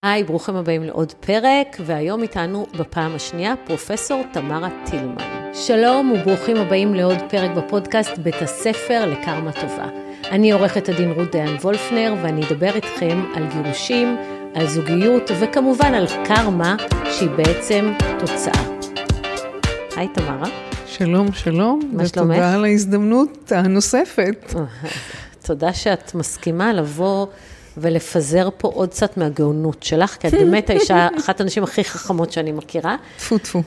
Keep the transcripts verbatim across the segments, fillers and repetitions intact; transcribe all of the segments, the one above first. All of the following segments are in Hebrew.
היי, ברוכים הבאים לעוד פרק, והיום איתנו בפעם השנייה פרופסור תמרה טילמן. שלום וברוכים הבאים לעוד פרק בפודקאסט בית הספר לקרמה טובה. אני עורכת הדין רות דיין וולפנר, ואני אדבר איתכם על גירושים, על זוגיות, וכמובן על קרמה, שהיא בעצם תוצאה. היי תמרה. שלום, שלום. מה שלומך? ותודה על ההזדמנות הנוספת. תודה שאת מסכימה לבוא ולפזר פה עוד קצת מהגאונות שלך, כי את באמת האישה, אחת האנשים הכי חכמות שאני מכירה. טפו טפו.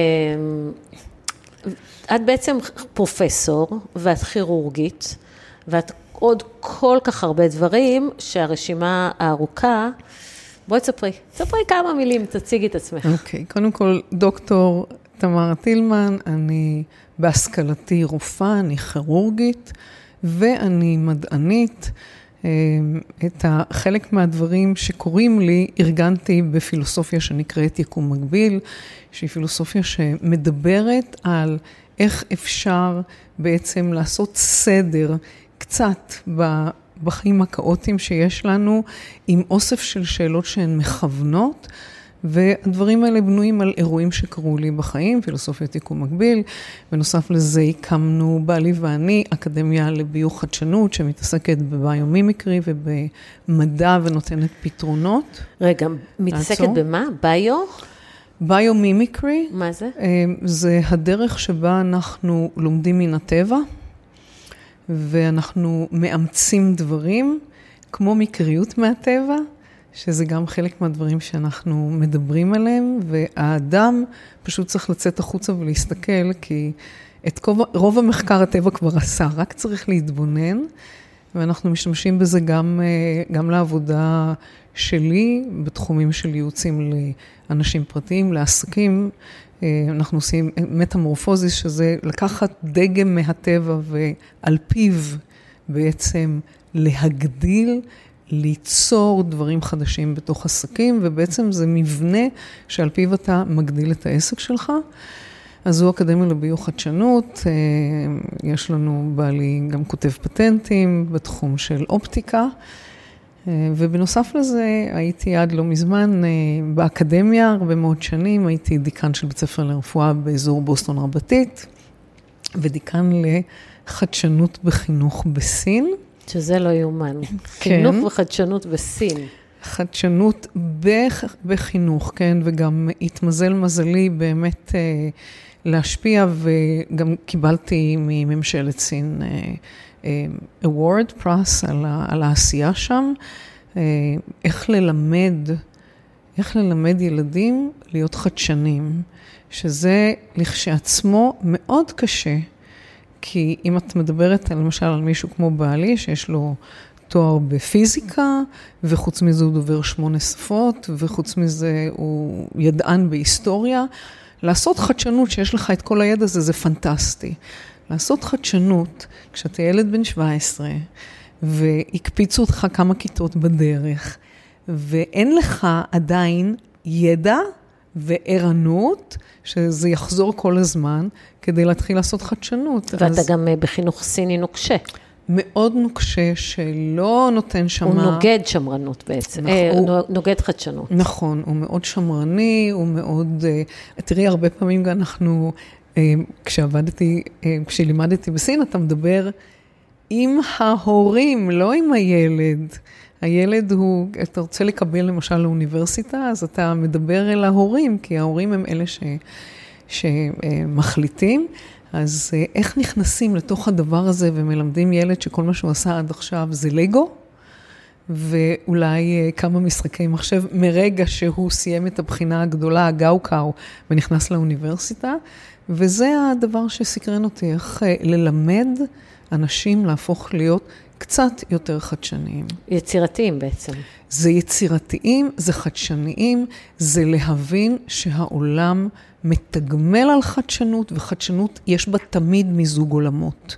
את בעצם פרופסור, ואת כירורגית, ואת עוד כל כך הרבה דברים, שהרשימה הארוכה, בואי תספרי, תספרי כמה מילים, תציגי את עצמך. אוקיי, קודם כל, דוקטור תמרה טילמן, אני בהשכלתי רופאה, אני כירורגית, ואני מדענית. את החלק מהדברים שקוראים לי, ארגנתי בפילוסופיה שנקראת יקום מקביל, שהיא פילוסופיה שמדברת על איך אפשר בעצם לעשות סדר קצת בחיים הכאוטיים שיש לנו, עם אוסף של שאלות שהן מכוונות, והדברים האלה בנויים על אירועים שקרו לי בחיים, פילוסופיית יקום מקביל. בנוסף לזה הקמנו בעלי ואני אקדמיה לביו חדשנות, שמתעסקת בביומימיקרי ובמדע ונותנת פתרונות. רגע, מתעסקת במה? ביו? ביומימיקרי. מה זה? זה הדרך שבה אנחנו לומדים מן הטבע, ואנחנו מאמצים דברים, כמו מקריות מהטבע, שזה גם חלק מהדברים שאנחנו מדברים עליהם, והאדם פשוט צריך לצאת החוצה ולהסתכל, כי את רוב המחקר הטבע כבר עשה, רק צריך להתבונן, ואנחנו משתמשים בזה גם, גם לעבודה שלי, בתחומים של ייעוצים לאנשים פרטיים, לעסקים. אנחנו עושים מטמורפוזיס, שזה לקחת דגם מהטבע ועל פיו בעצם להגדיל, ליצור דברים חדשים בתוך עסקים, ובעצם זה מבנה שעל פיו אתה מגדיל את העסק שלך. אז זו אקדמיה לביו חדשנות, יש לנו בעלי גם כותב פטנטים בתחום של אופטיקה, ובנוסף לזה הייתי עד לא מזמן באקדמיה, הרבה מאוד שנים, הייתי דיקן של בית ספר לרפואה באזור בוסטון רבתית, ודיקן לחדשנות בחינוך בסין, שזה לא יומן. כן. חינוך וחדשנות בסין. חדשנות בחינוך, כן, וגם התמזל מזלי באמת אה, להשפיע, וגם קיבלתי מממשלת סין אה, אה, award, פרס על, על העשייה שם, אה, איך ללמד, איך ללמד ילדים להיות חדשנים, שזה לכשעצמו מאוד קשה, כי אם את מדברת למשל על מישהו כמו בעלי, שיש לו תואר בפיזיקה, וחוץ מזה הוא דובר שמונה שפות, וחוץ מזה הוא ידען בהיסטוריה, לעשות חדשנות שיש לך את כל הידע הזה, זה פנטסטי. לעשות חדשנות, כשאתה ילד בן שבע עשרה, והקפיצו אותך כמה כיתות בדרך, ואין לך עדיין ידע וערנות, שזה יחזור כל הזמן, כדי להתחיל לעשות חדשנות. ואתה אז גם בחינוך סיני נוקשה. מאוד נוקשה, שלא נותן שמה. הוא נוגד שמרנות בעצם, נכון, אה, הוא נוגד חדשנות. נכון, הוא מאוד שמרני, הוא מאוד, תראי, הרבה פעמים גם אנחנו, כשעבדתי, כשלימדתי בסין, אתה מדבר עם ההורים, לא עם הילד. הילד הוא, אתה רוצה לקבל למשל לאוניברסיטה, אז אתה מדבר אל ההורים, כי ההורים הם אלה ש, שמחליטים. אז איך נכנסים לתוך הדבר הזה ומלמדים ילד שכל מה שהוא עשה עד עכשיו זה לגו, ואולי כמה משחקי מחשב מרגע שהוא סיים את הבחינה הגדולה, הגאו-קאו, ונכנס לאוניברסיטה, וזה הדבר שסקרן אותי, איך ללמד אנשים להפוך להיות קצת יותר חדשניים. יצירתיים בעצם. זה יצירתיים, זה חדשניים, זה להבין שהעולם מתגמל על חדשנות, וחדשנות יש בה תמיד מיזוג עולמות.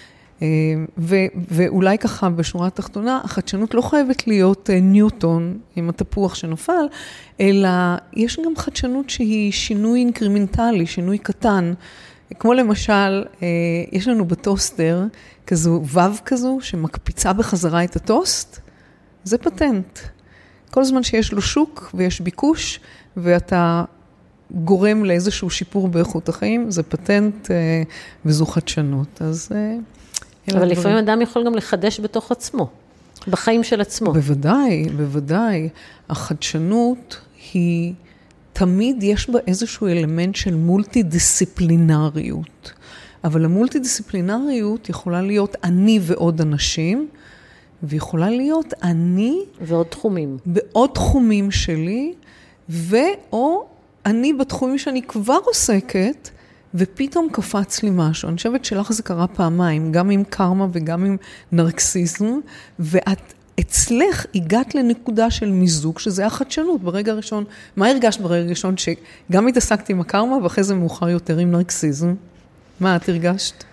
ו- ואולי ככה בשורה התחתונה, החדשנות לא חייבת להיות ניוטון עם התפוח שנופל, אלא יש גם חדשנות שהיא שינוי אינקרימנטלי, שינוי קטן. כמו למשל, יש לנו בטוסטר כזו וו כזו שמקפיצה בחזרה את הטוסט, זה פטנט. כל זמן שיש לו שוק ויש ביקוש, ואתה גורם לאיזשהו שיפור באיכות החיים, זה פטנט וזו חדשנות. אז אבל לפעמים אדם יכול גם לחדש בתוך עצמו, בחיים של עצמו. בוודאי, בוודאי. החדשנות היא, תמיד יש בה איזשהו אלמנט של מולטי-דיסציפלינריות. אבל המולטי-דיסציפלינריות יכולה להיות אני ועוד אנשים, ויכולה להיות אני... ועוד תחומים. בעוד תחומים שלי, ואו אני בתחומים שאני כבר עוסקת, ופתאום קפץ לי משהו. אני חושבת שלך זה קרה פעמיים, גם עם קרמה וגם עם נרקסיזם, ואת אצלך הגעת לנקודה של מיזוג, שזה היה חדשנות ברגע הראשון. מה הרגשת ברגע הראשון? שגם התעסקתי עם הקרמה, ואחרי זה מאוחר יותר עם נרקסיזם. מה את הרגשת?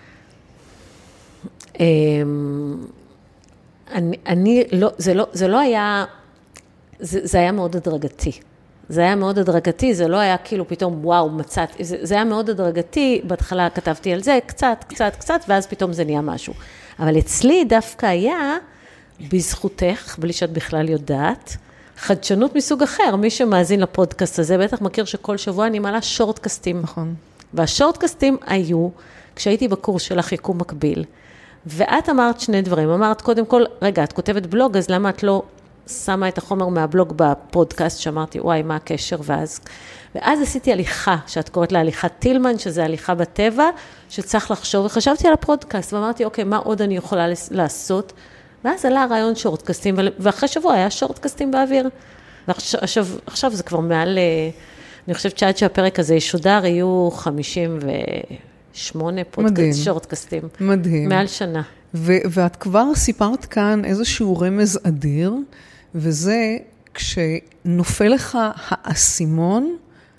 אני, אני לא, זה לא, זה לא היה, זה, זה היה מאוד הדרגתי. זה היה מאוד הדרגתי, זה לא היה כאילו פתאום וואו, מצאת, זה, זה היה מאוד הדרגתי, בהתחלה כתבתי על זה קצת, קצת, קצת, ואז פתאום זה נהיה משהו. אבל אצלי דווקא היה, בזכותך, בלי שאת בכלל יודעת, חדשנות מסוג אחר. מי שמאזין לפודקאסט הזה, בטח מכיר שכל שבוע אני מעלה שורטקסטים. נכון. והשורטקסטים היו, כשהייתי בקורס שלך יקום מקביל, ואת אמרת שני דברים. אמרת, קודם כל, רגע, את כותבת בלוג, אז למה את לא שמה את החומר מהבלוג בפודקאסט, שאמרתי, וואי, מה הקשר? ואז, ואז עשיתי הליכה, שאת קוראת לה הליכת טילמן, שזה הליכה בטבע, שצריך לחשוב, וחשבתי על הפודקאסט, ואמרתי, אוקיי, מה עוד אני יכולה לעשות? ואז עלה הרעיון שורטקסטים, ואחרי שבוע היה שורטקסטים באוויר. ועכשיו, עכשיו זה כבר מעל, אני חושבת שעד שהפרק הזה ישודר, יהיו חמישים ושמונה פודקאסט, שורטקסטים. מדהים. מעל שנה. ו- ואת כבר סיפרת כאן איזשהו רמז אדיר, וזה כשנופל לך האסימון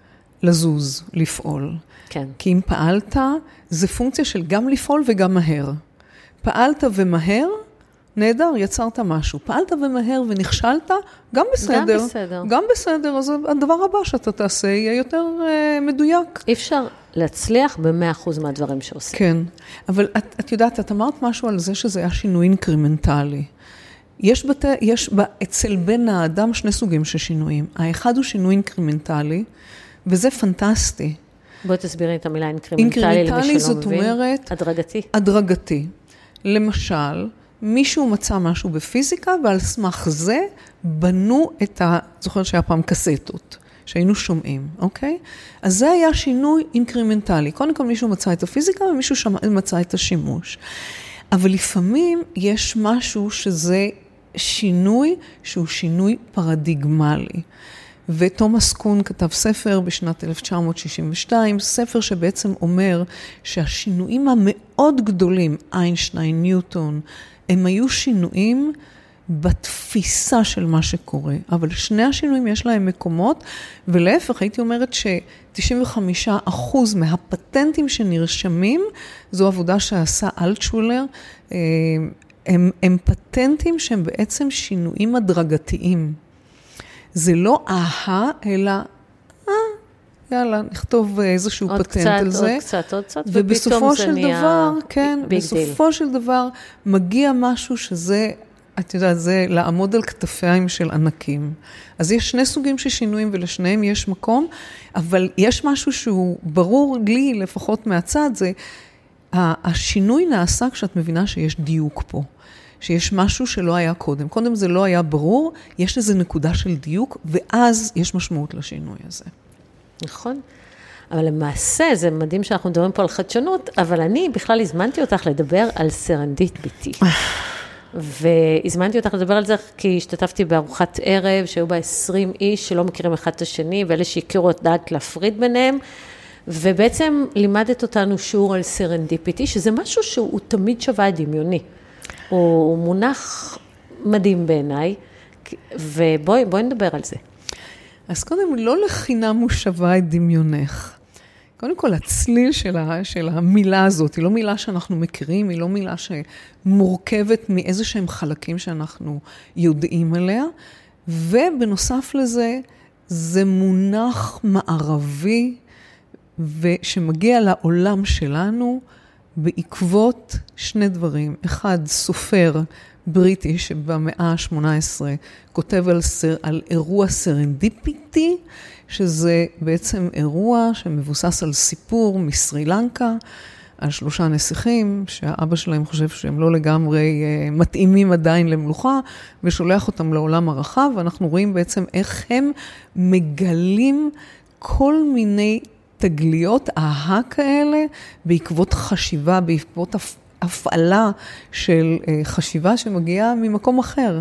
לזוז, לפעול. כן. כי אם פעלת, זה פונקציה של גם לפעול וגם מהר. פעלת ומהר, נהדר, יצרת משהו. פעלת ומהר ונכשלת, גם בסדר. גם בסדר. גם בסדר, אז הדבר הבא שאתה תעשה יהיה יותר uh, מדויק. אי אפשר להצליח ב-מאה אחוז מהדברים שעושים. כן, אבל את, את יודעת, את אמרת משהו על זה שזה היה שינוי אינקרימנטלי. יש, בת, יש ב, אצל בן האדם שני סוגים של שינויים. האחד הוא שינוי אינקרימנטלי, וזה פנטסטי. בואי תסבירי את המילה אינקרימנטלי, אינקרימנטלי זאת אומרת... הדרגתי. הדרגתי. למשל, מישהו מצא משהו בפיזיקה, ועל סמך זה בנו את ה... זוכרת שהיה פעם קסטות, שהיינו שומעים, אוקיי? אז זה היה שינוי אינקרימנטלי. קודם כל מישהו מצא את הפיזיקה, ומישהו שמע, מצא את השימוש. אבל לפעמים יש משהו שזה שינוי, שהוא שינוי פרדיגמלי. ותומאס קון כתב ספר בשנת אלף תשע מאות שישים ושתיים, ספר שבעצם אומר שהשינויים המאוד גדולים, איינשטיין, ניוטון, הם היו שינויים בתפיסה של מה שקורה, אבל שני השינויים יש להם מקומות, ולהפך הייתי אומרת ש-תשעים וחמישה אחוז מהפטנטים שנרשמים, זו עבודה שעשה אלטשולר, הם, הם פטנטים שהם בעצם שינויים הדרגתיים. זה לא אהה, אלא, אה, יאללה, נכתוב איזשהו פטנט קצת, על זה. עוד קצת, עוד קצת, ובסופו של דבר, כן, ביג בסופו דיל. של דבר, מגיע משהו שזה, את יודעת, זה לעמוד על כתפיים של ענקים. אז יש שני סוגים של שינויים, ולשניהם יש מקום, אבל יש משהו שהוא ברור לי, לפחות מהצד, זה, השינוי נעשה כשאת מבינה שיש דיוק פה. שיש משהו שלא היה קודם. קודם זה לא היה ברור, יש איזו נקודה של דיוק, ואז יש משמעות לשינוי הזה. נכון. אבל למעשה, זה מדהים שאנחנו מדברים פה על חדשנות, אבל אני בכלל הזמנתי אותך לדבר על סרנדיפיטי. והזמנתי אותך לדבר על זה כי השתתפתי בארוחת ערב, שהיו בה עשרים איש שלא מכירים אחד את השני, ואלה שהכירו את דעת להפריד ביניהם, ובעצם לימדת אותנו שיעור על סרנדיפיטי, שזה משהו שהוא תמיד שווה דמיוני. הוא מונח מדהים בעיניי, ובואי בואי נדבר על זה. אז קודם, לא לחינם הוא שווה את דמיונך. קודם כל, הצליל של, ה, של המילה הזאת, היא לא מילה שאנחנו מכירים, היא לא מילה שמורכבת מאיזה שהם חלקים שאנחנו יודעים עליה, ובנוסף לזה, זה מונח מערבי, ושמגיע לעולם שלנו, בעקבות שני דברים. אחד, סופר בריטי שבמאה ה-שמונה עשרה כותב על, סר, על אירוע סרנדיפיטי, שזה בעצם אירוע שמבוסס על סיפור מסרי לנקה, על שלושה נסיכים, שהאבא שלהם חושב שהם לא לגמרי מתאימים עדיין למלוכה, ושולח אותם לעולם הרחב, ואנחנו רואים בעצם איך הם מגלים כל מיני תגליות אהה כאלה, בעקבות חשיבה, בעקבות הפעלה של חשיבה שמגיעה ממקום אחר.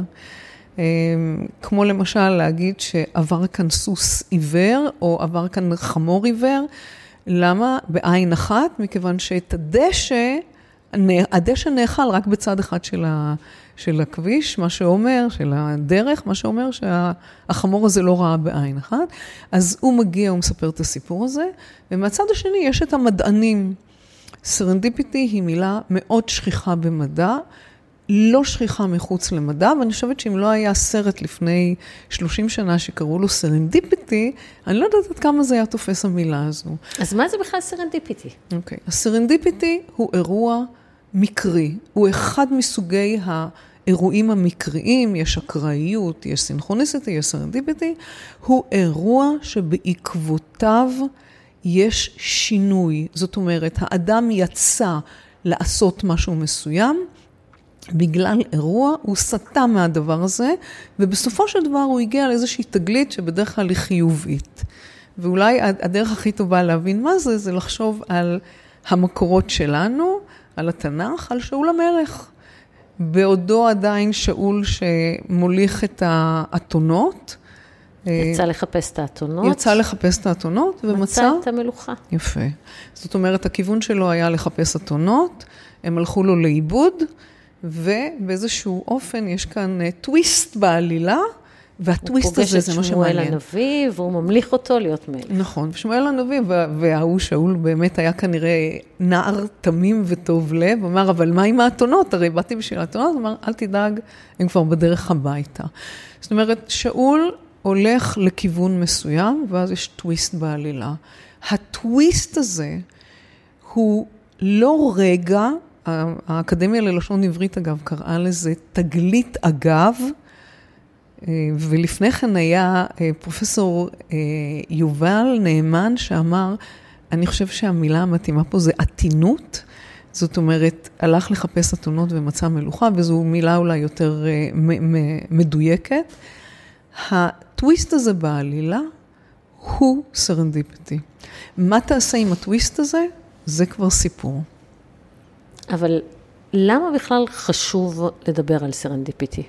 כמו למשל להגיד שעבר כאן סוס עיוור, או עבר כאן חמור עיוור, למה? בעין אחת, מכיוון שאת הדשא, הדשא נאכל רק בצד אחד של, ה, של הכביש, מה שאומר, של הדרך, מה שאומר שהחמור הזה לא ראה בעין אחת. אז הוא מגיע, הוא מספר את הסיפור הזה, ומהצד השני יש את המדענים. סרנדיפיטי היא מילה מאוד שכיחה במדע, לא שכיחה מחוץ למדע, ואני חושבת שאם לא היה סרט לפני שלושים שנה שקראו לו סרנדיפיטי, אני לא יודעת עד כמה זה היה תופס המילה הזו. אז מה זה בכלל סרנדיפיטי? אוקיי. הסרנדיפיטי הוא אירוע מקרי. הוא אחד מסוגי האירועים המקריים, יש אקראיות, יש סינכרוניסיטי, יש סרנדיפיטי. הוא אירוע שבעקבותיו יש שינוי. זאת אומרת, האדם יצא לעשות משהו מסוים, בגלל אירוע, הוא סטה מהדבר הזה, ובסופו של דבר הוא הגיע לאיזושהי תגלית שבדרך כלל היא חיובית. ואולי הדרך הכי טובה להבין מה זה, זה לחשוב על המקורות שלנו, על התנ"ך, על שאול המלך. בעודו עדיין שאול שמוליך את האתונות. יצא לחפש את האתונות. יצא לחפש את האתונות, ומצא... מצא את המלוכה. יפה. זאת אומרת, הכיוון שלו היה לחפש אתונות, הם הלכו לו לאיבוד, ובאיזשהו אופן יש כאן טוויסט בעלילה, והטוויסט הזה זה מה שמעניין. הוא פוגש את שמואל הנביא, והוא ממליך אותו להיות מלך. נכון, ושמואל הנביא, והוא שאול באמת היה כנראה נער תמים וטוב לב, אמר, אבל מה עם האתונות? הרי באתי בשביל האתונות, אמר, אל תדאג, הם כבר בדרך הביתה. זאת אומרת, שאול הולך לכיוון מסוים, ואז יש טוויסט בעלילה. הטוויסט הזה הוא לא רגע, האקדמיה ללשון עברית אגב קראה לזה תגלית אגב, ולפני כן היה פרופסור יובל נאמן שאמר, אני חושב שהמילה המתאימה פה זה עתינות, זאת אומרת, הלך לחפש אתונות ומצא מלוכה, וזו מילה אולי יותר מדויקת. הטוויסט הזה בעלילה הוא סרנדיפיטי. מה תעשה עם הטוויסט הזה? זה כבר סיפור. אבל למה בכלל חשוב לדבר על סרנדיפיטי?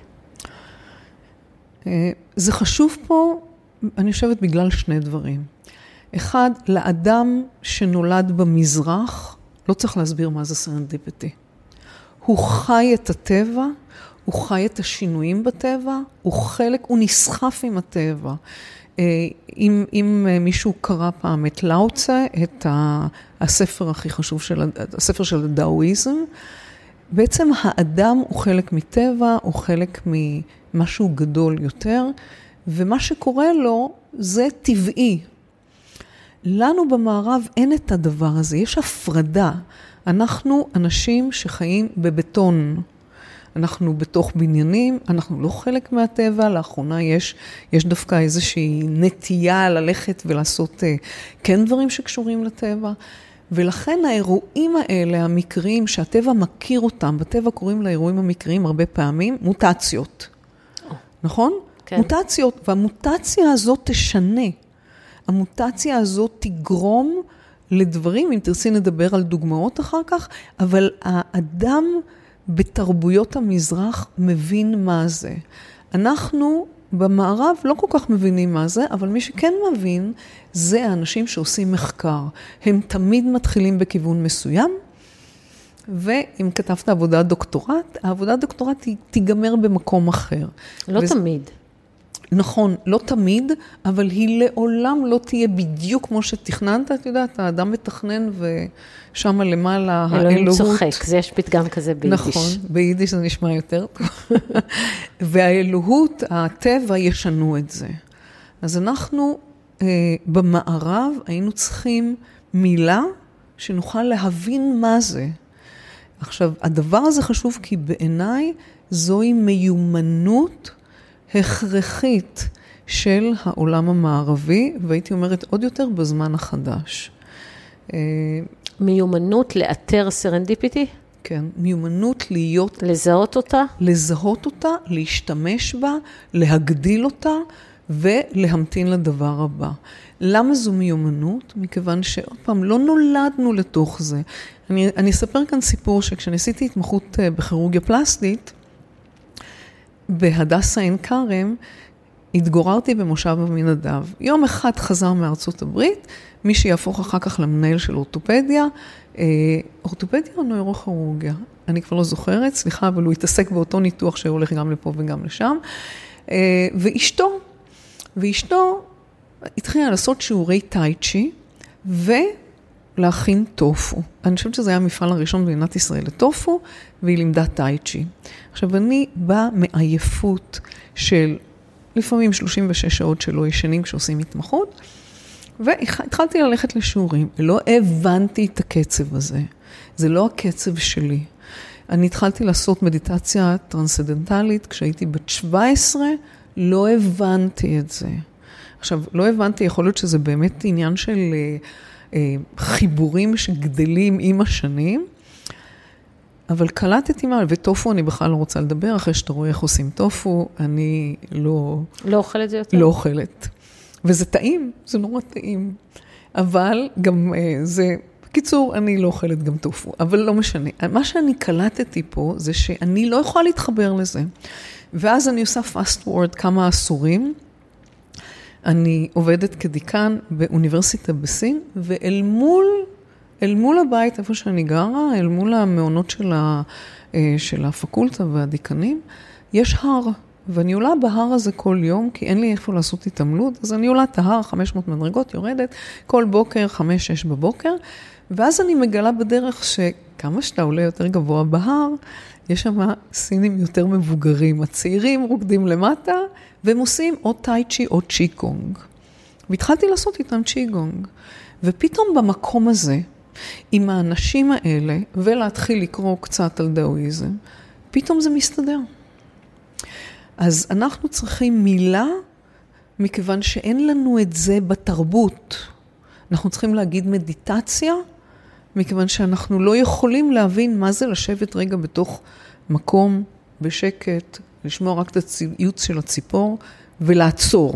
זה חשוב פה, אני חושבת, בגלל שני דברים. אחד, לאדם שנולד במזרח, לא צריך להסביר מה זה סרנדיפיטי. הוא חי את הטבע, הוא חי את השינויים בטבע, הוא חלק, הוא נסחף עם הטבע. אם, אם מישהו קרא פעם את לאוצה, את הספר הכי חשוב של, הספר של הדאואיזם, בעצם האדם הוא חלק מטבע, הוא חלק ממשהו גדול יותר, ומה שקורה לו זה טבעי. לנו במערב אין את הדבר הזה, יש הפרדה. אנחנו אנשים שחיים בבטון. אנחנו בתוך בניינים, אנחנו לא חלק מהטבע, לאחרונה יש, יש דווקא איזושהי נטייה ללכת ולעשות כן דברים שקשורים לטבע, ולכן האירועים האלה, המקריים, שהטבע מכיר אותם, בטבע קוראים לאירועים המקריים הרבה פעמים, מוטציות. Oh. נכון? כן. מוטציות, והמוטציה הזאת תשנה. המוטציה הזאת תגרום לדברים, אם תרצי נדבר על דוגמאות אחר כך, אבל האדם בתרבויות המזרח מבין מה זה. אנחנו במערב לא כל כך מבינים מה זה, אבל מי שכן מבין, זה האנשים שעושים מחקר. הם תמיד מתחילים בכיוון מסוים, ואם כתבת עבודת דוקטורט, העבודת דוקטורט תיגמר במקום אחר. לא וזה... תמיד. נכון, לא תמיד, אבל היא לעולם לא תהיה בדיוק כמו שתכננת, את יודעת, האדם מתכנן ושם למעלה האלוהות. אלוהים צוחק, זה יש פתגם כזה ביידיש. נכון, ביידיש זה נשמע יותר טוב. והאלוהות, הטבע, ישנו את זה. אז אנחנו אה, במערב היינו צריכים מילה שנוכל להבין מה זה. עכשיו, הדבר הזה חשוב כי בעיניי זוהי מיומנות הכרחית של העולם המערבי, והייתי אומרת עוד יותר בזמן החדש. מיומנות לאתר סרנדיפיטי? כן, מיומנות להיות... לזהות אותה? לזהות אותה, להשתמש בה, להגדיל אותה, ולהמתין לדבר הבא. למה זו מיומנות? מכיוון שעוד פעם, לא נולדנו לתוך זה. אני, אני אספר כאן סיפור שכשניסיתי התמחות בכירורגיה פלסטית, בהדסה עין כרם, התגוררתי במושב אבינדב. יום אחד חזר מארצות הברית, מי שיהפוך אחר כך למנהל של אורתופדיה, אורתופדיה או נוירוכירורגיה? אני כבר לא זוכרת, סליחה, אבל הוא התעסק באותו ניתוח שהולך גם לפה וגם לשם. ואשתו, ואשתו התחילה לעשות שיעורי טייצ'י, ולהכין טופו. אני חושבת שזה היה המפעל הראשון במדינת ישראל לטופו, והיא לימדה טייצ'י. עכשיו, אני באה מעייפות של לפעמים שלושים ושש שעות שלא ישנים כשעושים התמחות, והתחלתי ללכת לשיעורים, ולא הבנתי את הקצב הזה. זה לא הקצב שלי. אני התחלתי לעשות מדיטציה טרנסדנטלית, כשהייתי בת שבע עשרה, לא הבנתי את זה. עכשיו, לא הבנתי, יכול להיות שזה באמת עניין של אה, אה, חיבורים שגדלים עם השנים, אבל קלטתי מה, וטופו אני בכלל לא רוצה לדבר, אחרי שאתה רואה איך עושים טופו, אני לא... לא אוכלת זה יותר? לא אוכלת. וזה טעים, זה נורא טעים. אבל גם זה, בקיצור, אני לא אוכלת גם טופו, אבל לא משנה. מה שאני קלטתי פה זה שאני לא יכולה להתחבר לזה. ואז אני עושה fast forward כמה עשורים. אני עובדת כדיקן באוניברסיטה בסין, ואל מול, אל מול הבית, איפה שאני גרה, אל מול המעונות של, ה, של הפקולטה והדיקנים, יש הר. ואני עולה בהר הזה כל יום, כי אין לי איפה לעשות התעמלות, אז אני עולה את ההר, חמש מאות מדרגות, יורדת, כל בוקר, חמש שש בבוקר, ואז אני מגלה בדרך שכמה שאתה עולה יותר גבוה בהר, יש שם סינים יותר מבוגרים, הצעירים רוקדים למטה, והם עושים או טייצ'י או צ'יקונג. והתחלתי לעשות איתם צ'יקונג, ופתאום במקום הזה, עם האנשים האלה, ולהתחיל לקרוא קצת על דאואיזם, פתאום זה מסתדר. אז אנחנו צריכים מילה, מכיוון שאין לנו את זה בתרבות. אנחנו צריכים להגיד מדיטציה, מכיוון שאנחנו לא יכולים להבין מה זה לשבת רגע בתוך מקום, בשקט, לשמוע רק את הציוץ של הציפור, ולעצור.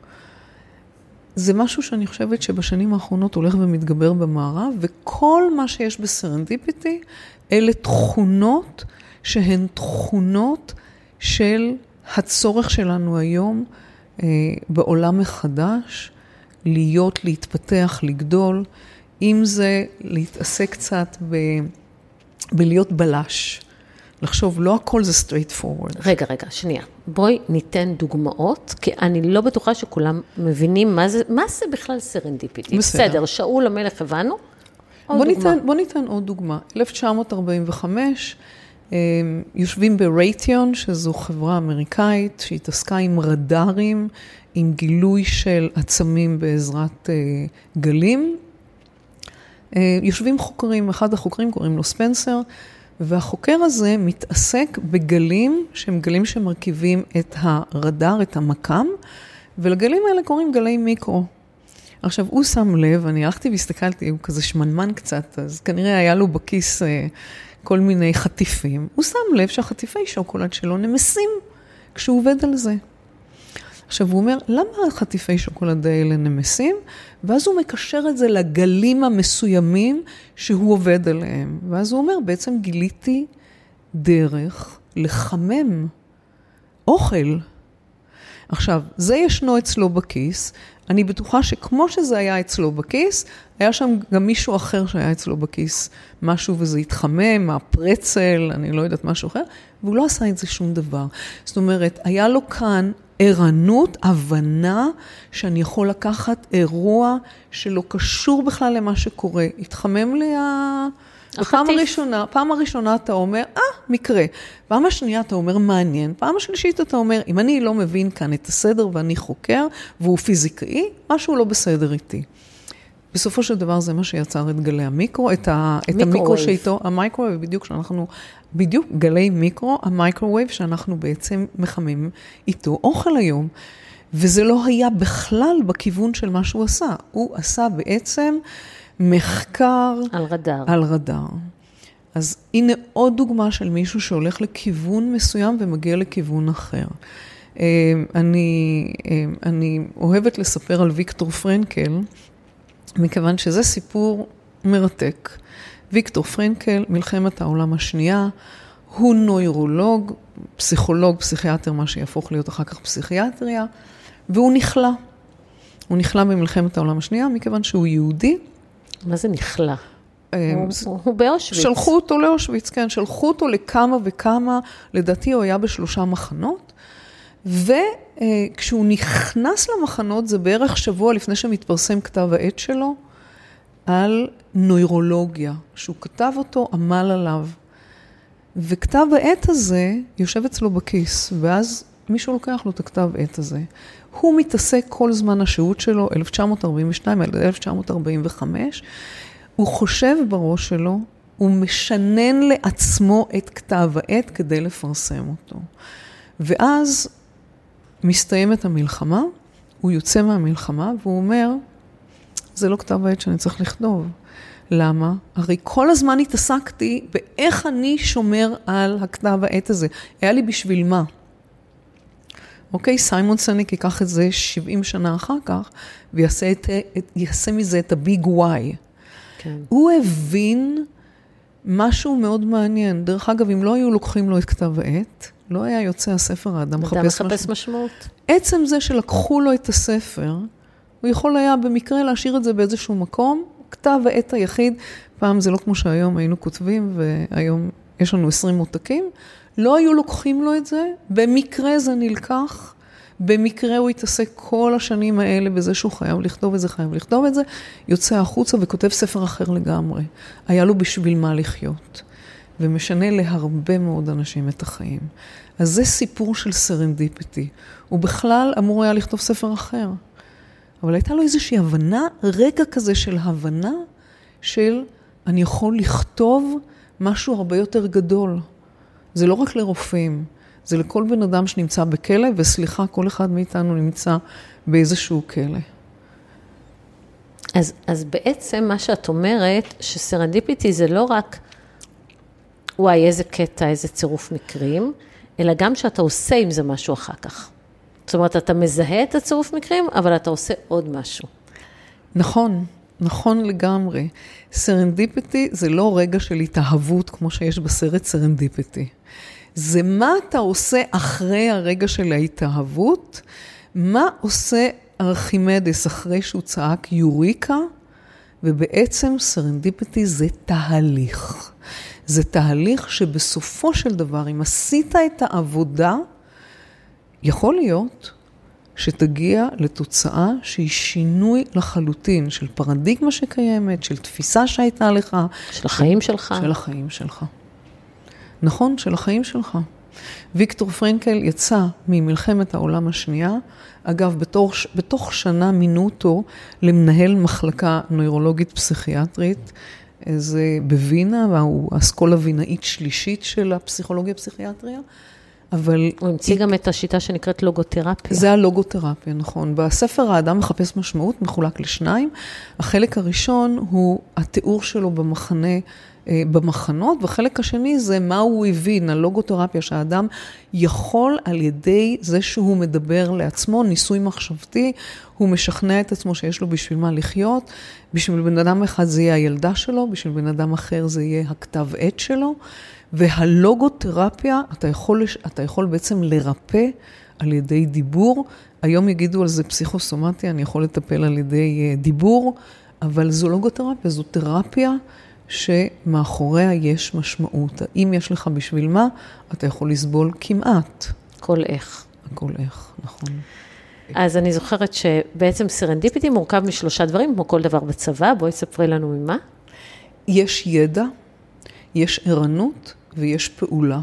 זה משהו שאני חושבת שבשנים האחרונות הולך ומתגבר במערב, וכל מה שיש בסרנדיפיטי, אלה תכונות שהן תכונות של הצורך שלנו היום אה, בעולם מחדש, להיות, להתפתח, לגדול, אם זה להתעסק קצת ב, בלהיות בלש, לחשוב, לא הכל זה straight forward. רגע, רגע, שנייה. בואי ניתן דוגמאות, כי אני לא בטוחה שכולם מבינים מה זה, מה זה בכלל סרנדיפיטי. בסדר. בסדר, שאול המלך הבנו. בוא ניתן, בוא ניתן עוד דוגמה. אלף תשע מאות ארבעים וחמש, יושבים ברייטיון, שזו חברה אמריקאית, שהתעסקה עם רדארים, עם גילוי של עצמים בעזרת גלים. יושבים חוקרים, אחד החוקרים קוראים לו ספנסר, והחוקר הזה מתעסק בגלים, שהם גלים שמרכיבים את הרדאר, את המקם, ולגלים האלה קוראים גלי מיקרו. עכשיו, הוא שם לב, אני הלכתי והסתכלתי, הוא כזה שמנמן קצת, אז כנראה היה לו בכיס כל מיני חטיפים. הוא שם לב שהחטיפי שוקולד שלו נמסים כשהוא עובד על זה. עכשיו, הוא אומר, למה החטיפי שוקולד האלה נמסים? ואז הוא מקשר את זה לגלים המסוימים שהוא עובד עליהם. ואז הוא אומר, בעצם גיליתי דרך לחמם אוכל. עכשיו, זה ישנו אצלו בכיס. אני בטוחה שכמו שזה היה אצלו בכיס, היה שם גם מישהו אחר שהיה אצלו בכיס. משהו וזה התחמם, הפרצל, אני לא יודעת משהו אחר, והוא לא עשה את זה שום דבר. זאת אומרת, היה לו כאן ערנות, הבנה שאני יכול לקחת אירוע שלא קשור בכלל למה שקורה. התחמם לי ה... בפעם הראשונה, פעם הראשונה אתה אומר, אה, מקרה. פעם השנייה אתה אומר, מעניין. פעם השלישית אתה אומר, אם אני לא מבין כאן את הסדר ואני חוקר, והוא פיזיקאי, משהו לא בסדר איתי. בסופו של דבר זה מה שיצר את גלי המיקרו, את, ה, את המיקרו שאיתו, המייקרווייב, בדיוק שאנחנו, בדיוק גלי מיקרו, המייקרווייב שאנחנו בעצם מחממים איתו אוכל היום. וזה לא היה בכלל בכיוון של מה שהוא עשה. הוא עשה בעצם מחקר על רדאר. על רדאר. אז הנה עוד דוגמה של מישהו שהולך לכיוון מסוים ומגיע לכיוון אחר. אני, אני אוהבת לספר על ויקטור פרנקל, מכיוון שזה סיפור מרתק. ויקטור פרנקל, מלחמת העולם השנייה, הוא נוירולוג, פסיכולוג, פסיכיאטר, מה שיהפוך להיות אחר כך פסיכיאטריה, והוא נכלה. הוא נכלה במלחמת העולם השנייה, מכיוון שהוא יהודי. מה זה נכלה? הוא באושוויץ. שלחו אותו לאושוויץ, כן, שלחו אותו לכמה וכמה, לדעתי הוא היה בשלושה מחנות, וכשהוא נכנס למחנות, זה בערך שבוע לפני שמתפרסם כתב העת שלו, על נוירולוגיה, שהוא כתב אותו, עמל עליו. וכתב העת הזה יושב אצלו בכיס, ואז מישהו לוקח לו את הכתב העת הזה. הוא מתעסק כל זמן השהות שלו, אלף תשע מאות ארבעים ושתיים עד אלף תשע מאות ארבעים וחמש, הוא חושב בראש שלו, הוא משנן לעצמו את כתב העת כדי לפרסם אותו. ואז מסתיימת המלחמה, הוא יוצא מהמלחמה והוא אומר, זה לא כתב העת שאני צריך לכתוב. למה? הרי כל הזמן התעסקתי באיך אני שומר על הכתב העת הזה. היה לי בשביל מה? אוקיי, סיימון סניק ייקח את זה שבעים שנה אחר כך, ויעשה את, את, יעשה מזה את הביג וואי. כן. הוא הבין משהו מאוד מעניין. דרך אגב, אם לא היו לוקחים לו את כתב העת, לא היה יוצא הספר, האדם מחפש, מחפש משמעות. עצם זה שלקחו לו את הספר, הוא יכול היה במקרה להשאיר את זה באיזשהו מקום, כתב העת היחיד, פעם זה לא כמו שהיום היינו כותבים, והיום יש לנו עשרים מותקים, לא היו לוקחים לו את זה, במקרה זה נלקח, במקרה הוא התעסק כל השנים האלה בזה שהוא חייב לכתוב את זה, חייב לכתוב את זה, יוצא החוצה וכותב ספר אחר לגמרי. היה לו בשביל מה לחיות, ומשנה להרבה מאוד אנשים את החיים. אז זה סיפור של סרנדיפיטי. הוא בכלל אמור היה לכתוב ספר אחר. אבל הייתה לו איזושהי הבנה, רגע כזה של הבנה, של אני יכול לכתוב משהו הרבה יותר גדול. זה לא רק לרופאים, זה לכל בן אדם שנמצא בכלא, וסליחה, כל אחד מאיתנו נמצא באיזשהו כלא. אז, אז בעצם מה שאת אומרת, שסרנדיפיטי זה לא רק, וואי, איזה קטע, איזה צירוף מקרים, אלא גם שאתה עושה עם זה משהו אחר כך. זאת אומרת, אתה מזהה את הצירוף מקרים, אבל אתה עושה עוד משהו. נכון, נכון לגמרי. סרנדיפיטי זה לא רגע של התאהבות, כמו שיש בסרט סרנדיפיטי. זה מה אתה עושה אחרי הרגע של ההתאהבות, מה עושה ארכימדס אחרי שהוא צעק יוריקה, ובעצם סרנדיפיטי זה תהליך. זה תהליך שבסופו של דבר, אם עשית את העבודה, יכול להיות שתגיע לתוצאה שהיא שינוי לחלוטין, של פרדיגמה שקיימת, של תפיסה שהייתה לך. של החיים שלך. של החיים שלך. נכון, של החיים שלך. ויקטור פרנקל יצא ממלחמת העולם השנייה, אגב, בתוך, בתוך שנה מינו אותו למנהל מחלקה נוירולוגית פסיכיאטרית, זה בווינה, והוא אסכולה וינאית שלישית של הפסיכולוגיה הפסיכיאטריה, אבל... הוא המציא גם את השיטה שנקראת לוגותרפיה. זה הלוגותרפיה, נכון. בספר האדם מחפש משמעות, מחולק לשניים. החלק הראשון הוא התיאור שלו במחנה, במחנות, והחלק השני זה מה הוא הבין, הלוגותרפיה, שהאדם יכול על ידי זה שהוא מדבר לעצמו, ניסוי מחשבתי, הוא משכנע את עצמו שיש לו בשביל מה לחיות, בשביל בן אדם אחד זה יהיה הילדה שלו, בשביל בן אדם אחר זה יהיה הכתב עת שלו, והלוגותרפיה, אתה יכול, אתה יכול בעצם לרפא על ידי דיבור, היום יגידו על זה פסיכוסומטיה, אני יכול לטפל על ידי דיבור, אבל זו לוגותרפיה, זו תרפיה, שמאחוריה יש משמעות. אם יש לך בשביל מה, אתה יכול לסבול כמעט. כל איך. הכל איך, נכון. אז אני זוכרת שבעצם סרנדיפיטי מורכב משלושה דברים, כמו כל דבר בצבא. בואי ספרי לנו ממה. יש ידע, יש ערנות ויש פעולה.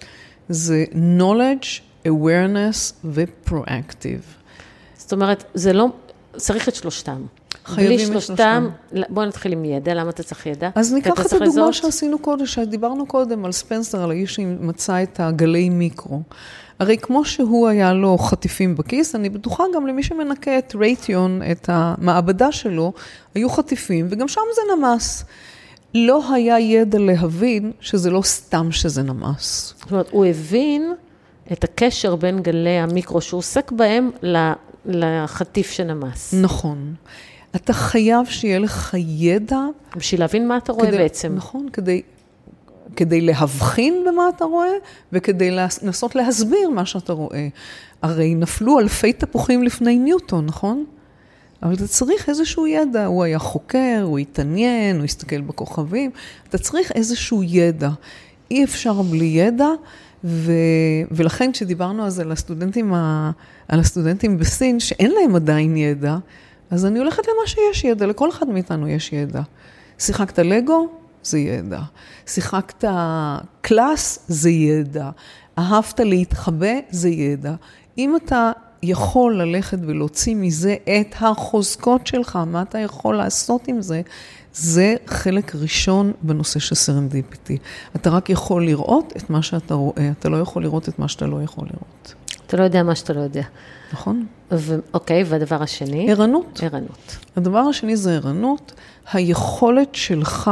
זה knowledge, awareness ו-proactive. זאת אומרת, זה לא... צריך את שלושתם. חייבים בלי שלושתם, בוא נתחיל עם ידע, למה אתה צריך ידע? אז ניקח את הדוגמה שעשינו קודם, שדיברנו קודם על ספנסר, על האיש שמצא את הגלי מיקרו. הרי כמו שהוא היה לו חטיפים בכיס, אני בטוחה גם למי שמנקה את רייטיון, את המעבדה שלו, היו חטיפים, וגם שם זה נמס. לא היה ידע להבין שזה לא סתם שזה נמס. זאת אומרת, הוא הבין את הקשר בין גלי המיקרו שהוא עוסק בהם לחטיף שנמס. נכון. אתה חייב שיהיה לך ידע. בשביל להבין מה אתה רואה כדי, בעצם. נכון, כדי, כדי להבחין במה אתה רואה, וכדי לנסות להסביר מה שאתה רואה. הרי נפלו אלפי תפוחים לפני ניוטון, נכון? אבל אתה צריך איזשהו ידע. הוא היה חוקר, הוא התעניין, הוא הסתכל בכוכבים. אתה צריך איזשהו ידע. אי אפשר בלי ידע, ו... ולכן כשדיברנו אז על הסטודנטים, ה... על הסטודנטים בסין, שאין להם עדיין ידע, אז אני הולכת למה שיש ידע, לכל אחד מאיתנו יש ידע. שיחקת לגו, זה ידע. שיחקת קלאס, זה ידע. אהבת להתחבא, זה ידע. אם אתה יכול ללכת ולהוציא מזה את החוזקות שלך, מה אתה יכול לעשות עם זה, זה חלק ראשון בנושא של סרנדיפיטי. אתה רק יכול לראות את מה שאתה רואה, אתה לא יכול לראות את מה שאתה לא יכול לראות. אתה לא יודע מה שאתה לא יודע. נכון. ו- אוקיי, והדבר השני? ערנות. ערנות. הדבר השני זה ערנות, היכולת שלך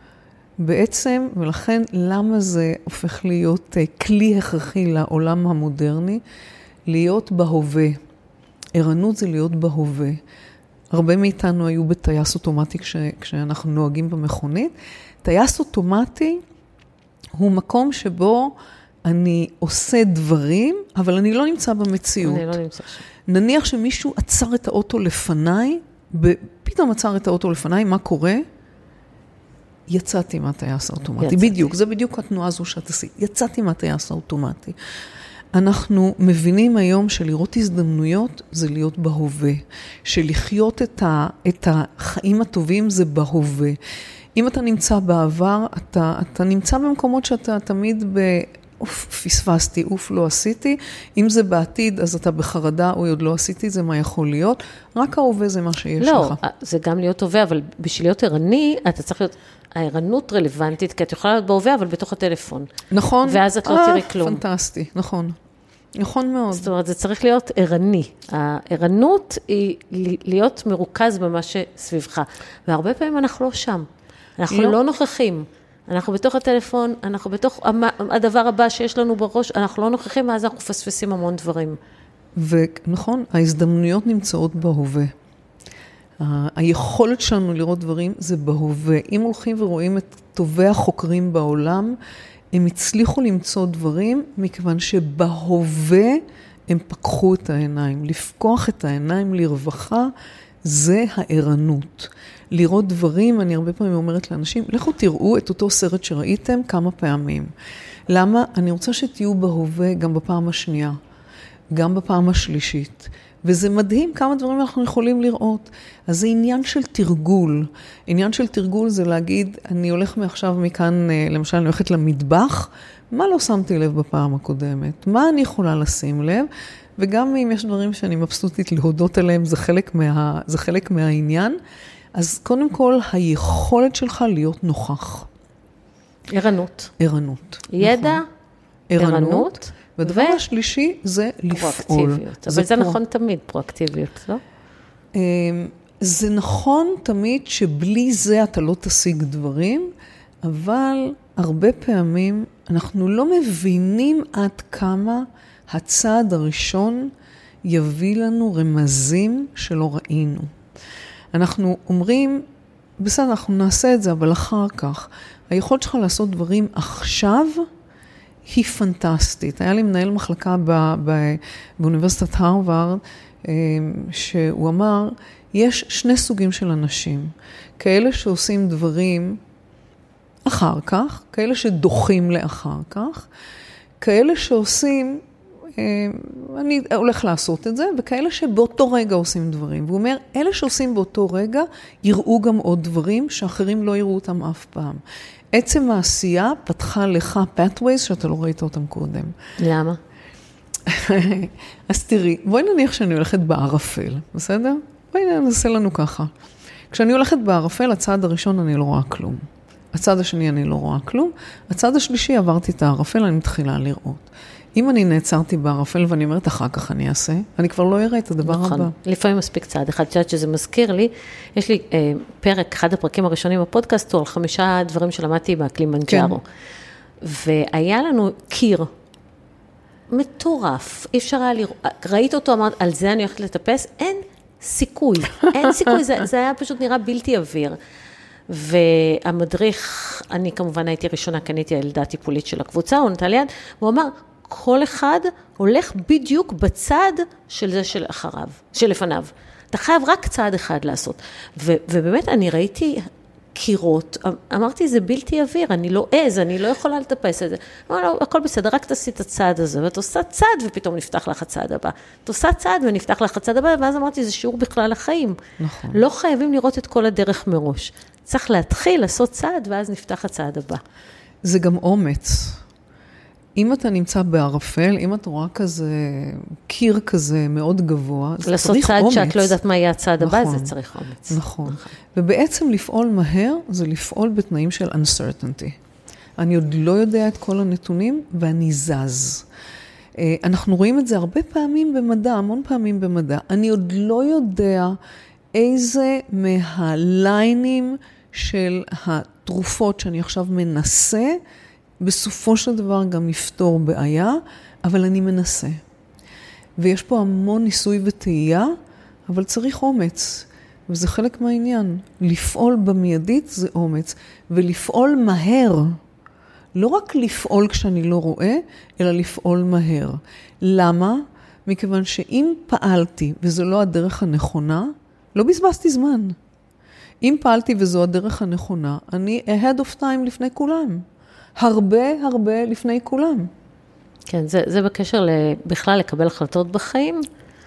בעצם, ולכן למה זה הופך להיות כלי הכרחי לעולם המודרני, להיות בהווה. ערנות זה להיות בהווה. הרבה מאיתנו היו בטייס אוטומטי כש, כשאנחנו נוהגים במכונית. טייס אוטומטי הוא מקום שבו אני עושה דברים, אבל אני לא נמצא במציאות. אני לא נמצא שם. נניח שמישהו עצר את האוטו לפניי, פתאום עצר את האוטו לפניי, מה קורה? יצאתי מהטייס האוטומטי. יצאתי. בדיוק, זה בדיוק התנועה הזו שאת עשית. יצאתי מהטייס האוטומטי. אנחנו מבינים היום שלראות הזדמנויות זה להיות בהווה. שלחיות את, ה, את החיים הטובים זה בהווה. אם אתה נמצא בעבר, אתה, אתה נמצא במקומות שאתה תמיד ב... אוף, פספסתי, אוף, לא עשיתי. אם זה בעתיד, אז אתה בחרדה, או עוד לא עשיתי, זה מה יכול להיות. רק ההווה זה מה שיש לא, לך. לא, זה גם להיות הווה, אבל בשביל להיות ערני, אתה צריך להיות... הערנות רלוונטית, כי את יכולה להיות בהווה, אבל בתוך הטלפון. נכון. ואז את לא אה, תראי כלום. פנטסטי, נכון. נכון מאוד. זאת אומרת, זה צריך להיות ערני. הערנות היא להיות מרוכז במה שסביבך. והרבה פעמים אנחנו לא שם. אנחנו לא, לא נוכחים. אנחנו בתוך הטלפון, אנחנו בתוך הדבר הבא שיש לנו בראש, אנחנו לא נוכחים, ואז אנחנו פספסים המון דברים. ונכון, ההזדמנויות נמצאות בהווה. היכולת שלנו לראות דברים זה בהווה. אם הולכים ורואים את טובי החוקרים בעולם, הם הצליחו למצוא דברים, מכיוון שבהווה הם פקחו את העיניים. לפקוח את העיניים לרווחה, זה הערנות. לראות דברים, אני הרבה פעמים אומרת לאנשים, לכו תראו את אותו סרט שראיתם כמה פעמים. למה? אני רוצה שתהיו בהווה גם בפעם השנייה, גם בפעם השלישית. וזה מדהים כמה דברים אנחנו יכולים לראות. אז זה עניין של תרגול. עניין של תרגול זה להגיד, אני הולך מעכשיו מכאן, למשל אני הולכת למטבח, מה לא שמתי לב בפעם הקודמת? מה אני יכולה לשים לב? וגם אם יש דברים שאני מבסוטית להודות עליהם, זה חלק, מה, זה חלק מהעניין. אז קודם כל, היכולת שלך להיות נוכח. ערנות. ערנות. ידע, נכון. ערנות. ערנות. והדבר ו... השלישי זה לפעול. פרואקטיביות. אבל זה, זה נכון תמיד, פרואקטיביות, לא? זה נכון תמיד שבלי זה אתה לא תשיג דברים, אבל הרבה פעמים אנחנו לא מבינים עד כמה הצעד הראשון יביא לנו רמזים שלא ראינו. אנחנו אומרים, בסדר, אנחנו נעשה את זה, אבל אחר כך. היכולת שלך לעשות דברים עכשיו היא פנטסטית. היה לי מנהל מחלקה ב- ב- באוניברסיטת הרווארד, שהוא אמר, יש שני סוגים של אנשים. כאלה שעושים דברים אחר כך, כאלה שדוחים לאחר כך, כאלה שעושים, אני הולך לעשות את זה, וכאלה שבאותו רגע עושים דברים. והוא אומר, אלה שעושים באותו רגע, יראו גם עוד דברים שאחרים לא יראו אותם אף פעם. עצם העשייה פתחה לך pathways שאתה לא ראית אותם קודם. למה? אז תראי, בואי נניח שאני הולכת בערפל, בסדר? בואי ננסה לנו ככה. כשאני הולכת בערפל, הצעד הראשון אני לא רואה כלום. הצעד השני אני לא רואה כלום. הצעד השלישי עברתי את הערפל, אני מתחילה לראות. אם אני נעצרתי בערפל ואני אומרת אחר כך אני אעשה, אני כבר לא אראה את הדבר נכון. הבא. לפעמים מספיק צעד אחד, צעד שזה מזכיר לי, יש לי אה, פרק, אחד הפרקים הראשונים בפודקאסט, הוא על חמישה דברים שלמדתי בקלימנג'ארו. כן. והיה לנו קיר מטורף, אי אפשר היה לראות, ראית אותו, אמרת, על זה אני הולכת לטפס, אין סיכוי, אין סיכוי, זה, זה היה פשוט נראה בלתי אוויר. והמדריך, אני כמובן הייתי ראשונה, כי אני הייתי הילדה הטיפולית של הקבוצה, הוא נתן ליד, הוא אמר, כל אחד הולך בדיוק בצד של זה של אחריו, של לפניו. אתה חייב רק צעד אחד לעשות. ו, ובאמת אני ראיתי קירות, אמרתי, זה בלתי אוויר, אני לא עז, אני לא יכולה לטפס את זה. אמרתי, לא, הכל בסדר, רק תעשי את הצעד הזה, ואת עושה צעד ופתאום נפתח לך הצעד הבא. את עושה צעד ונפתח לך הצעד הבא, ואז אמרתי, זה שיעור בכלל לחיים. נכון. לא חייבים לראות את כל הדרך מראש. צריך להתחיל, לעשות צעד, ואז נפתח הצעד הבא. זה גם אומץ. אם אתה נמצא בערפל, אם אתה רואה כזה, קיר כזה מאוד גבוה, זה צריך אומץ. לעשות צעד שאת לא יודעת מה יהיה הצעד הבא, נכון, זה צריך אומץ. נכון. נכון. ובעצם לפעול מהר, זה לפעול בתנאים של uncertainty. אני עוד לא יודע את כל הנתונים, ואני זז. אנחנו רואים את זה הרבה פעמים במדע, המון פעמים במדע. אני עוד לא יודע איזה מהליינים של התרופות שאני עכשיו מנסה, בסופו של דבר גם יפתור בעיה, אבל אני מנסה. ויש פה המון ניסוי וטעייה, אבל צריך אומץ. וזה חלק מהעניין. לפעול במיידית זה אומץ, ולפעול מהר. לא רק לפעול כשאני לא רואה, אלא לפעול מהר. למה? מכיוון שאם פעלתי וזו לא הדרך הנכונה, לא בזבזתי זמן. אם פעלתי וזו הדרך הנכונה, אני ahead of time לפני כולם. הרבה הרבה לפני כולם. כן, זה, זה בקשר בכלל לקבל החלטות בחיים.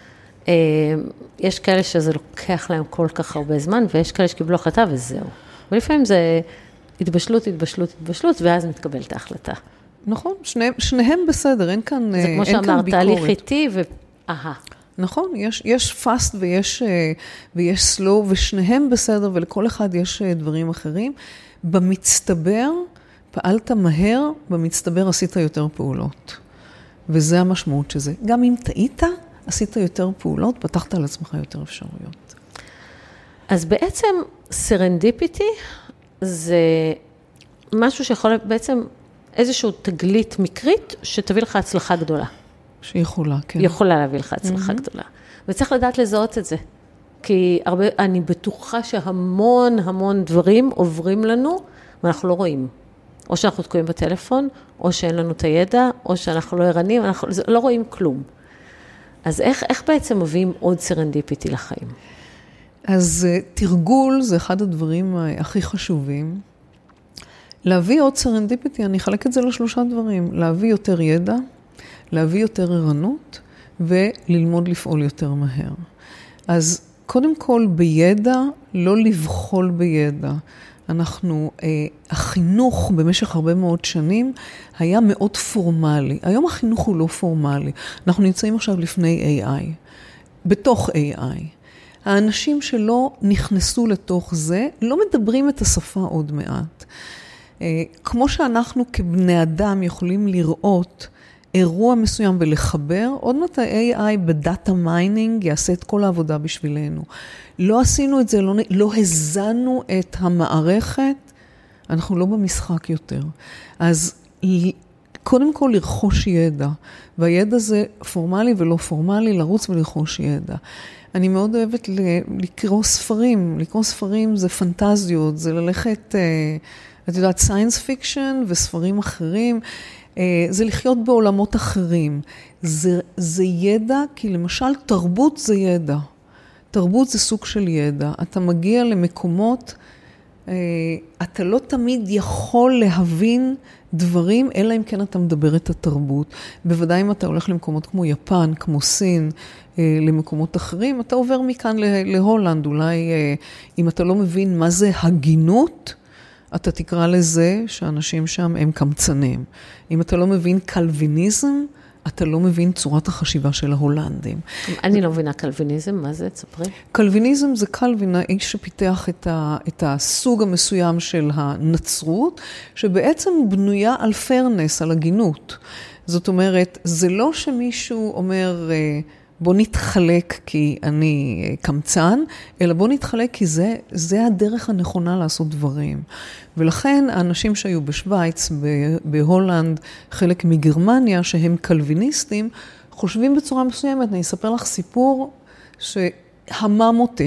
יש כאלה שזה לוקח להם כל כך הרבה זמן, ויש כאלה שקיבלו החלטה וזהו. ולפעמים זה התבשלות, התבשלות, התבשלות, ואז מתקבלת ההחלטה. נכון, שני, שניהם בסדר, אין כאן ביקורת. זה כמו שאמרת, תהליך איטי ואהה. נכון, יש, יש fast ויש, ויש slow, ושניהם בסדר, ולכל אחד יש דברים אחרים. במצטבר, פעלת מהר, במצטבר עשית יותר פעולות. וזה המשמעות של זה. גם אם טעית, עשית יותר פעולות, פתחת על עצמך יותר אפשרויות. אז בעצם סרנדיפיטי זה משהו שיכול להיות בעצם איזשהו תגלית מקרית שתביא לך הצלחה גדולה. שיכולה, כן. יכולה להביא לך הצלחה mm-hmm. גדולה. וצריך לדעת לזהות את זה. כי הרבה, אני בטוחה שהמון המון דברים עוברים לנו, ואנחנו לא רואים. או שאנחנו תקועים בטלפון, או שאין לנו את הידע, או שאנחנו לא ערנים, אנחנו לא רואים כלום. אז איך, איך בעצם מביאים עוד סרנדיפיטי לחיים? אז תרגול זה אחד הדברים הכי חשובים. להביא עוד סרנדיפיטי, אני אחלק את זה לשלושה דברים. להביא יותר ידע, להביא יותר ערנות, וללמוד לפעול יותר מהר. אז קודם כל בידע, לא לבחול בידע. אנחנו, אה, החינוך במשך הרבה מאוד שנים היה מאוד פורמלי. היום החינוך הוא לא פורמלי. אנחנו נמצאים עכשיו לפני איי איי, בתוך איי איי. האנשים שלא נכנסו לתוך זה, לא מדברים את השפה עוד מעט. אה, כמו שאנחנו כבני אדם יכולים לראות אירוע מסוים ולחבר, עוד מעט ה-איי איי בדאטה מיינינג יעשה את כל העבודה בשבילנו. לא עשינו את זה, לא, לא הזנו את המערכת, אנחנו לא במשחק יותר. אז קודם כל לרכוש ידע, והידע זה פורמלי ולא פורמלי, לרוץ ולרכוש ידע. אני מאוד אוהבת לקרוא ספרים, לקרוא ספרים זה פנטזיות, זה ללכת, את יודעת, סיינס פיקשן וספרים אחרים, זה לחיות בעולמות אחרים. זה, זה ידע, כי למשל תרבות זה ידע. תרבות זה סוג של ידע. אתה מגיע למקומות, אתה לא תמיד יכול להבין דברים, אלא אם כן אתה מדבר את התרבות. בוודאי אם אתה הולך למקומות כמו יפן, כמו סין, למקומות אחרים, אתה עובר מכאן להולנד. אולי אם אתה לא מבין מה זה הגינות, אתה תקרא לזה שאנשים שם הם קמצנים. אם אתה לא מבין קלוויניזם, אתה לא מבין צורת החשיבה של ההולנדים. אני לא מבינה קלוויניזם, מה זה? תספרי. קלוויניזם זה קלווין, האיש שפיתח את, ה, את הסוג המסוים של הנצרות, שבעצם בנויה על פרנס, על הגינות. זאת אומרת, זה לא שמישהו אומר, בוא נתחלק כי אני קמצן, אלא בוא נתחלק כי זה, זה הדרך הנכונה לעשות דברים. ולכן האנשים שהיו בשוויץ, בהולנד, חלק מגרמניה, שהם קלוויניסטים, חושבים בצורה מסוימת. אני אספר לך סיפור שהמם אותי.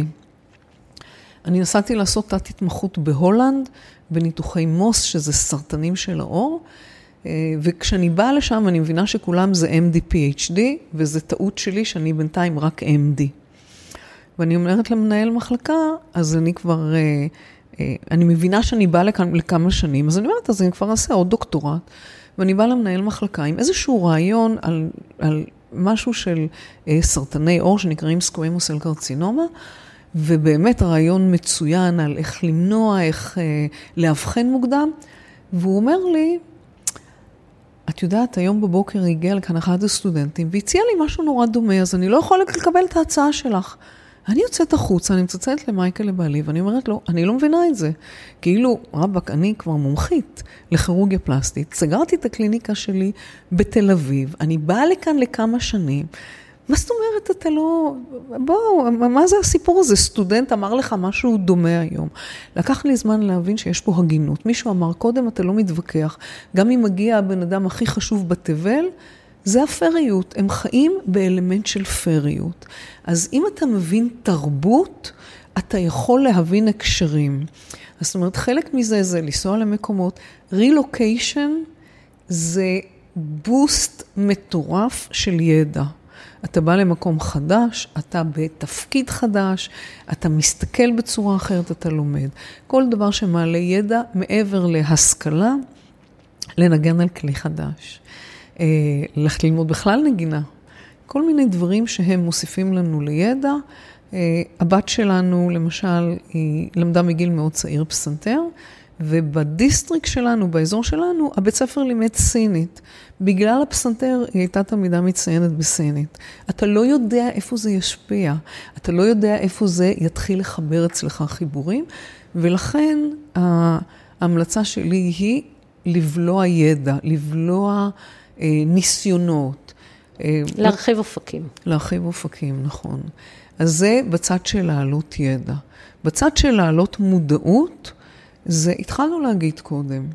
אני נסעתי לעשות תת התמחות בהולנד, בניתוחי מוס, שזה סרטנים של האור, וכשאני באה לשם, אני מבינה שכולם זה אם די פי אייץ' די, וזה טעות שלי שאני בינתיים רק אם די. ואני אומרת למנהל מחלקה, אז אני כבר, אני מבינה שאני באה לכאן לכמה שנים, אז אני אומרת, אז אני כבר אעשה עוד דוקטורט, ואני באה למנהל מחלקה עם איזשהו רעיון על, על משהו של סרטני אור, שנקראים סקווימוס סל קרצינומה, ובאמת הרעיון מצוין על איך למנוע, איך להבחן מוקדם, והוא אומר לי, את יודעת, היום בבוקר הגיע לכאן אחד הסטודנטים, והציע לי משהו נורא דומה, אז אני לא יכולת לקבל את ההצעה שלך. אני יוצאת החוצה, אני מצלצלת למייקל לבעלי, ואני אומרת לו, אני לא מבינה את זה. כאילו, רבק, אני כבר מומחית לכירורגיה פלסטית, סגרתי את הקליניקה שלי בתל אביב, אני באה לכאן לכמה שנים, מה זאת אומרת, אתה לא... בוא, מה זה הסיפור הזה? סטודנט אמר לך משהו דומה היום. לקח לי זמן להבין שיש פה הגינות. מישהו אמר, קודם אתה לא מתווכח. גם אם מגיע הבן אדם הכי חשוב בתבל, זה הפריות. הם חיים באלמנט של פריות. אז אם אתה מבין תרבות, אתה יכול להבין הקשרים. זאת אומרת, חלק מזה זה לנסוע למקומות. רילוקיישן זה בוסט מטורף של ידע. אתה בא למקום חדש, אתה בתפקיד חדש, אתה מסתכל בצורה אחרת, אתה לומד. כל דבר שמעלה ידע מעבר להשכלה, לנגן על כלי חדש. ללכת ללמוד בכלל נגינה. כל מיני דברים שהם מוסיפים לנו לידע. הבת שלנו, למשל, היא למדה מגיל מאוד צעיר פסנתר, ובדיסטריק שלנו, באזור שלנו, הבית ספר לימד סינית. בגלל הפסנתר היא הייתה תלמידה מציינת בסינית. אתה לא יודע איפה זה ישפיע, אתה לא יודע איפה זה יתחיל לחבר אצלך חיבורים, ולכן ההמלצה שלי היא לבלוע ידע, לבלוע אה, ניסיונות. להרחיב אופקים. להרחיב אופקים, נכון. אז זה בצד של להעלות ידע. בצד של להעלות מודעות, זה התחלנו להגיד קודם,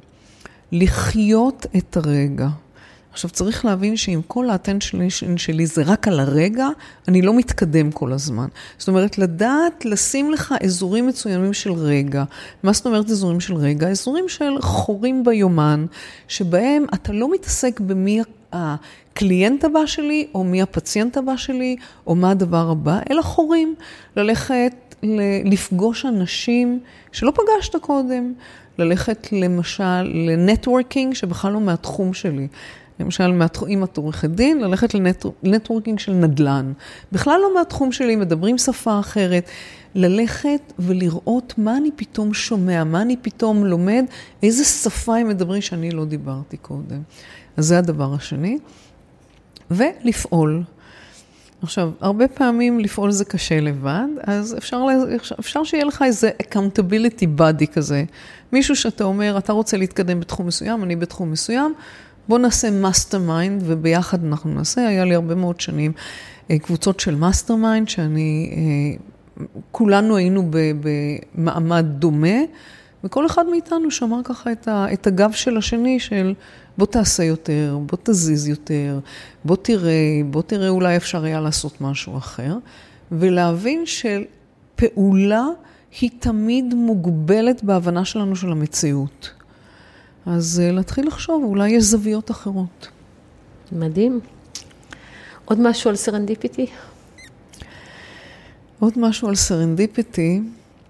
לחיות את הרגע. עכשיו צריך להבין שאם כל האטנשן שלי זה רק על הרגע, אני לא מתקדם כל הזמן. זאת אומרת, לדעת, לשים לך אזורים מצוינים של רגע. מה זאת אומרת אזורים של רגע? אזורים של חורים ביומן, שבהם אתה לא מתעסק במי הקליינט הבא שלי, או מי הפציינט הבא שלי, או מה הדבר הבא, אלא חורים. ללכת לפגוש אנשים שלא פגשת קודם, ללכת למשל לנטוורקינג שבכלל לא מהתחום שלי. למשל, אם את עורכת דין, ללכת לנטוורקינג של נדל"ן. בכלל לא מהתחום שלי, מדברים שפה אחרת. ללכת ולראות מה אני פתאום שומע, מה אני פתאום לומד, איזה שפה הם מדברים שאני לא דיברתי קודם. אז זה הדבר השני. ולפעול. עכשיו, הרבה פעמים לפעול זה קשה לבד, אז אפשר, אפשר שיהיה לך איזה accountability body כזה. מישהו שאתה אומר, אתה רוצה להתקדם בתחום מסוים, אני בתחום מסוים, בוא נעשה mastermind, וביחד אנחנו נעשה. היה לי הרבה מאוד שנים קבוצות של mastermind, שאני, כולנו היינו במעמד דומה, וכל אחד מאיתנו שמר ככה את הגב של השני של בוא תעשה יותר, בוא תזיז יותר, בוא תראה, בוא תראה אולי אפשר היה לעשות משהו אחר, ולהבין שפעולה היא תמיד מוגבלת בהבנה שלנו של המציאות. אז להתחיל לחשוב, אולי יש זוויות אחרות. מדהים. עוד משהו על סרנדיפיטי? עוד משהו על סרנדיפיטי.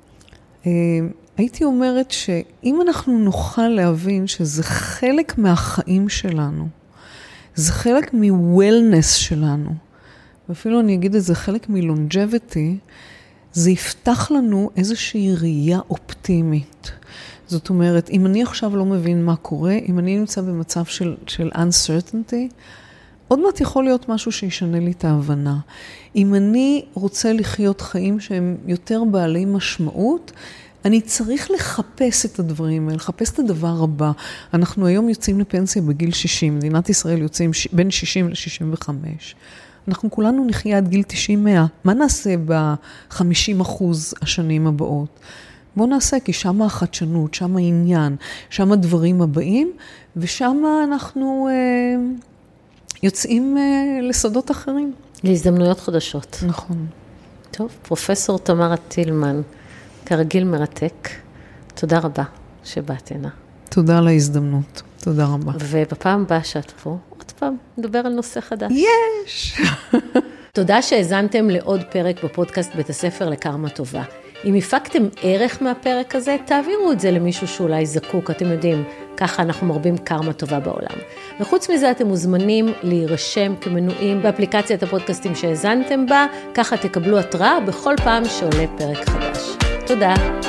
הייתי אומרת שאם אנחנו נוכל להבין שזה חלק מהחיים שלנו, זה חלק מ-wellness שלנו, ואפילו אני אגיד את זה חלק מ-longevity, זה יפתח לנו איזושהי ראייה אופטימית. זאת אומרת, אם אני עכשיו לא מבין מה קורה, אם אני נמצא במצב של, של uncertainty, עוד מעט יכול להיות משהו שישנה לי את ההבנה. אם אני רוצה לחיות חיים שהם יותר בעלי משמעות, אני צריך לחפש את הדברים האלה, לחפש את הדבר הבא. אנחנו היום יוצאים לפנסיה בגיל שישים, מדינת ישראל יוצאים בין שישים ל-שישים וחמש. אנחנו כולנו נחיה עד גיל תשעים מאה. מה נעשה ב-חמישים אחוז השנים הבאות? בוא נעשה, כי שם החדשנות, שם העניין, שם הדברים הבאים, ושם אנחנו אה, יוצאים אה, לשדות אחרים. להזדמנויות חדשות. נכון. טוב, פרופסור תמרה טילמן, כרגיל מרתק, תודה רבה שבאת הנה. תודה על ההזדמנות, תודה רבה. ובפעם הבאה שאת פה, עוד פעם, נדבר על נושא חדש. יש! תודה שהזנתם לעוד פרק בפודקאסט בית הספר לקרמה טובה. אם הפקתם ערך מהפרק הזה, תעבירו את זה למישהו שאולי זקוק, אתם יודעים, ככה אנחנו מרבים קרמה טובה בעולם. וחוץ מזה אתם מוזמנים להירשם כמנויים באפליקציית הפודקאסטים שהזנתם בה, ככה תקבלו התראה בכל פעם שעולה פרק חדש. תודה.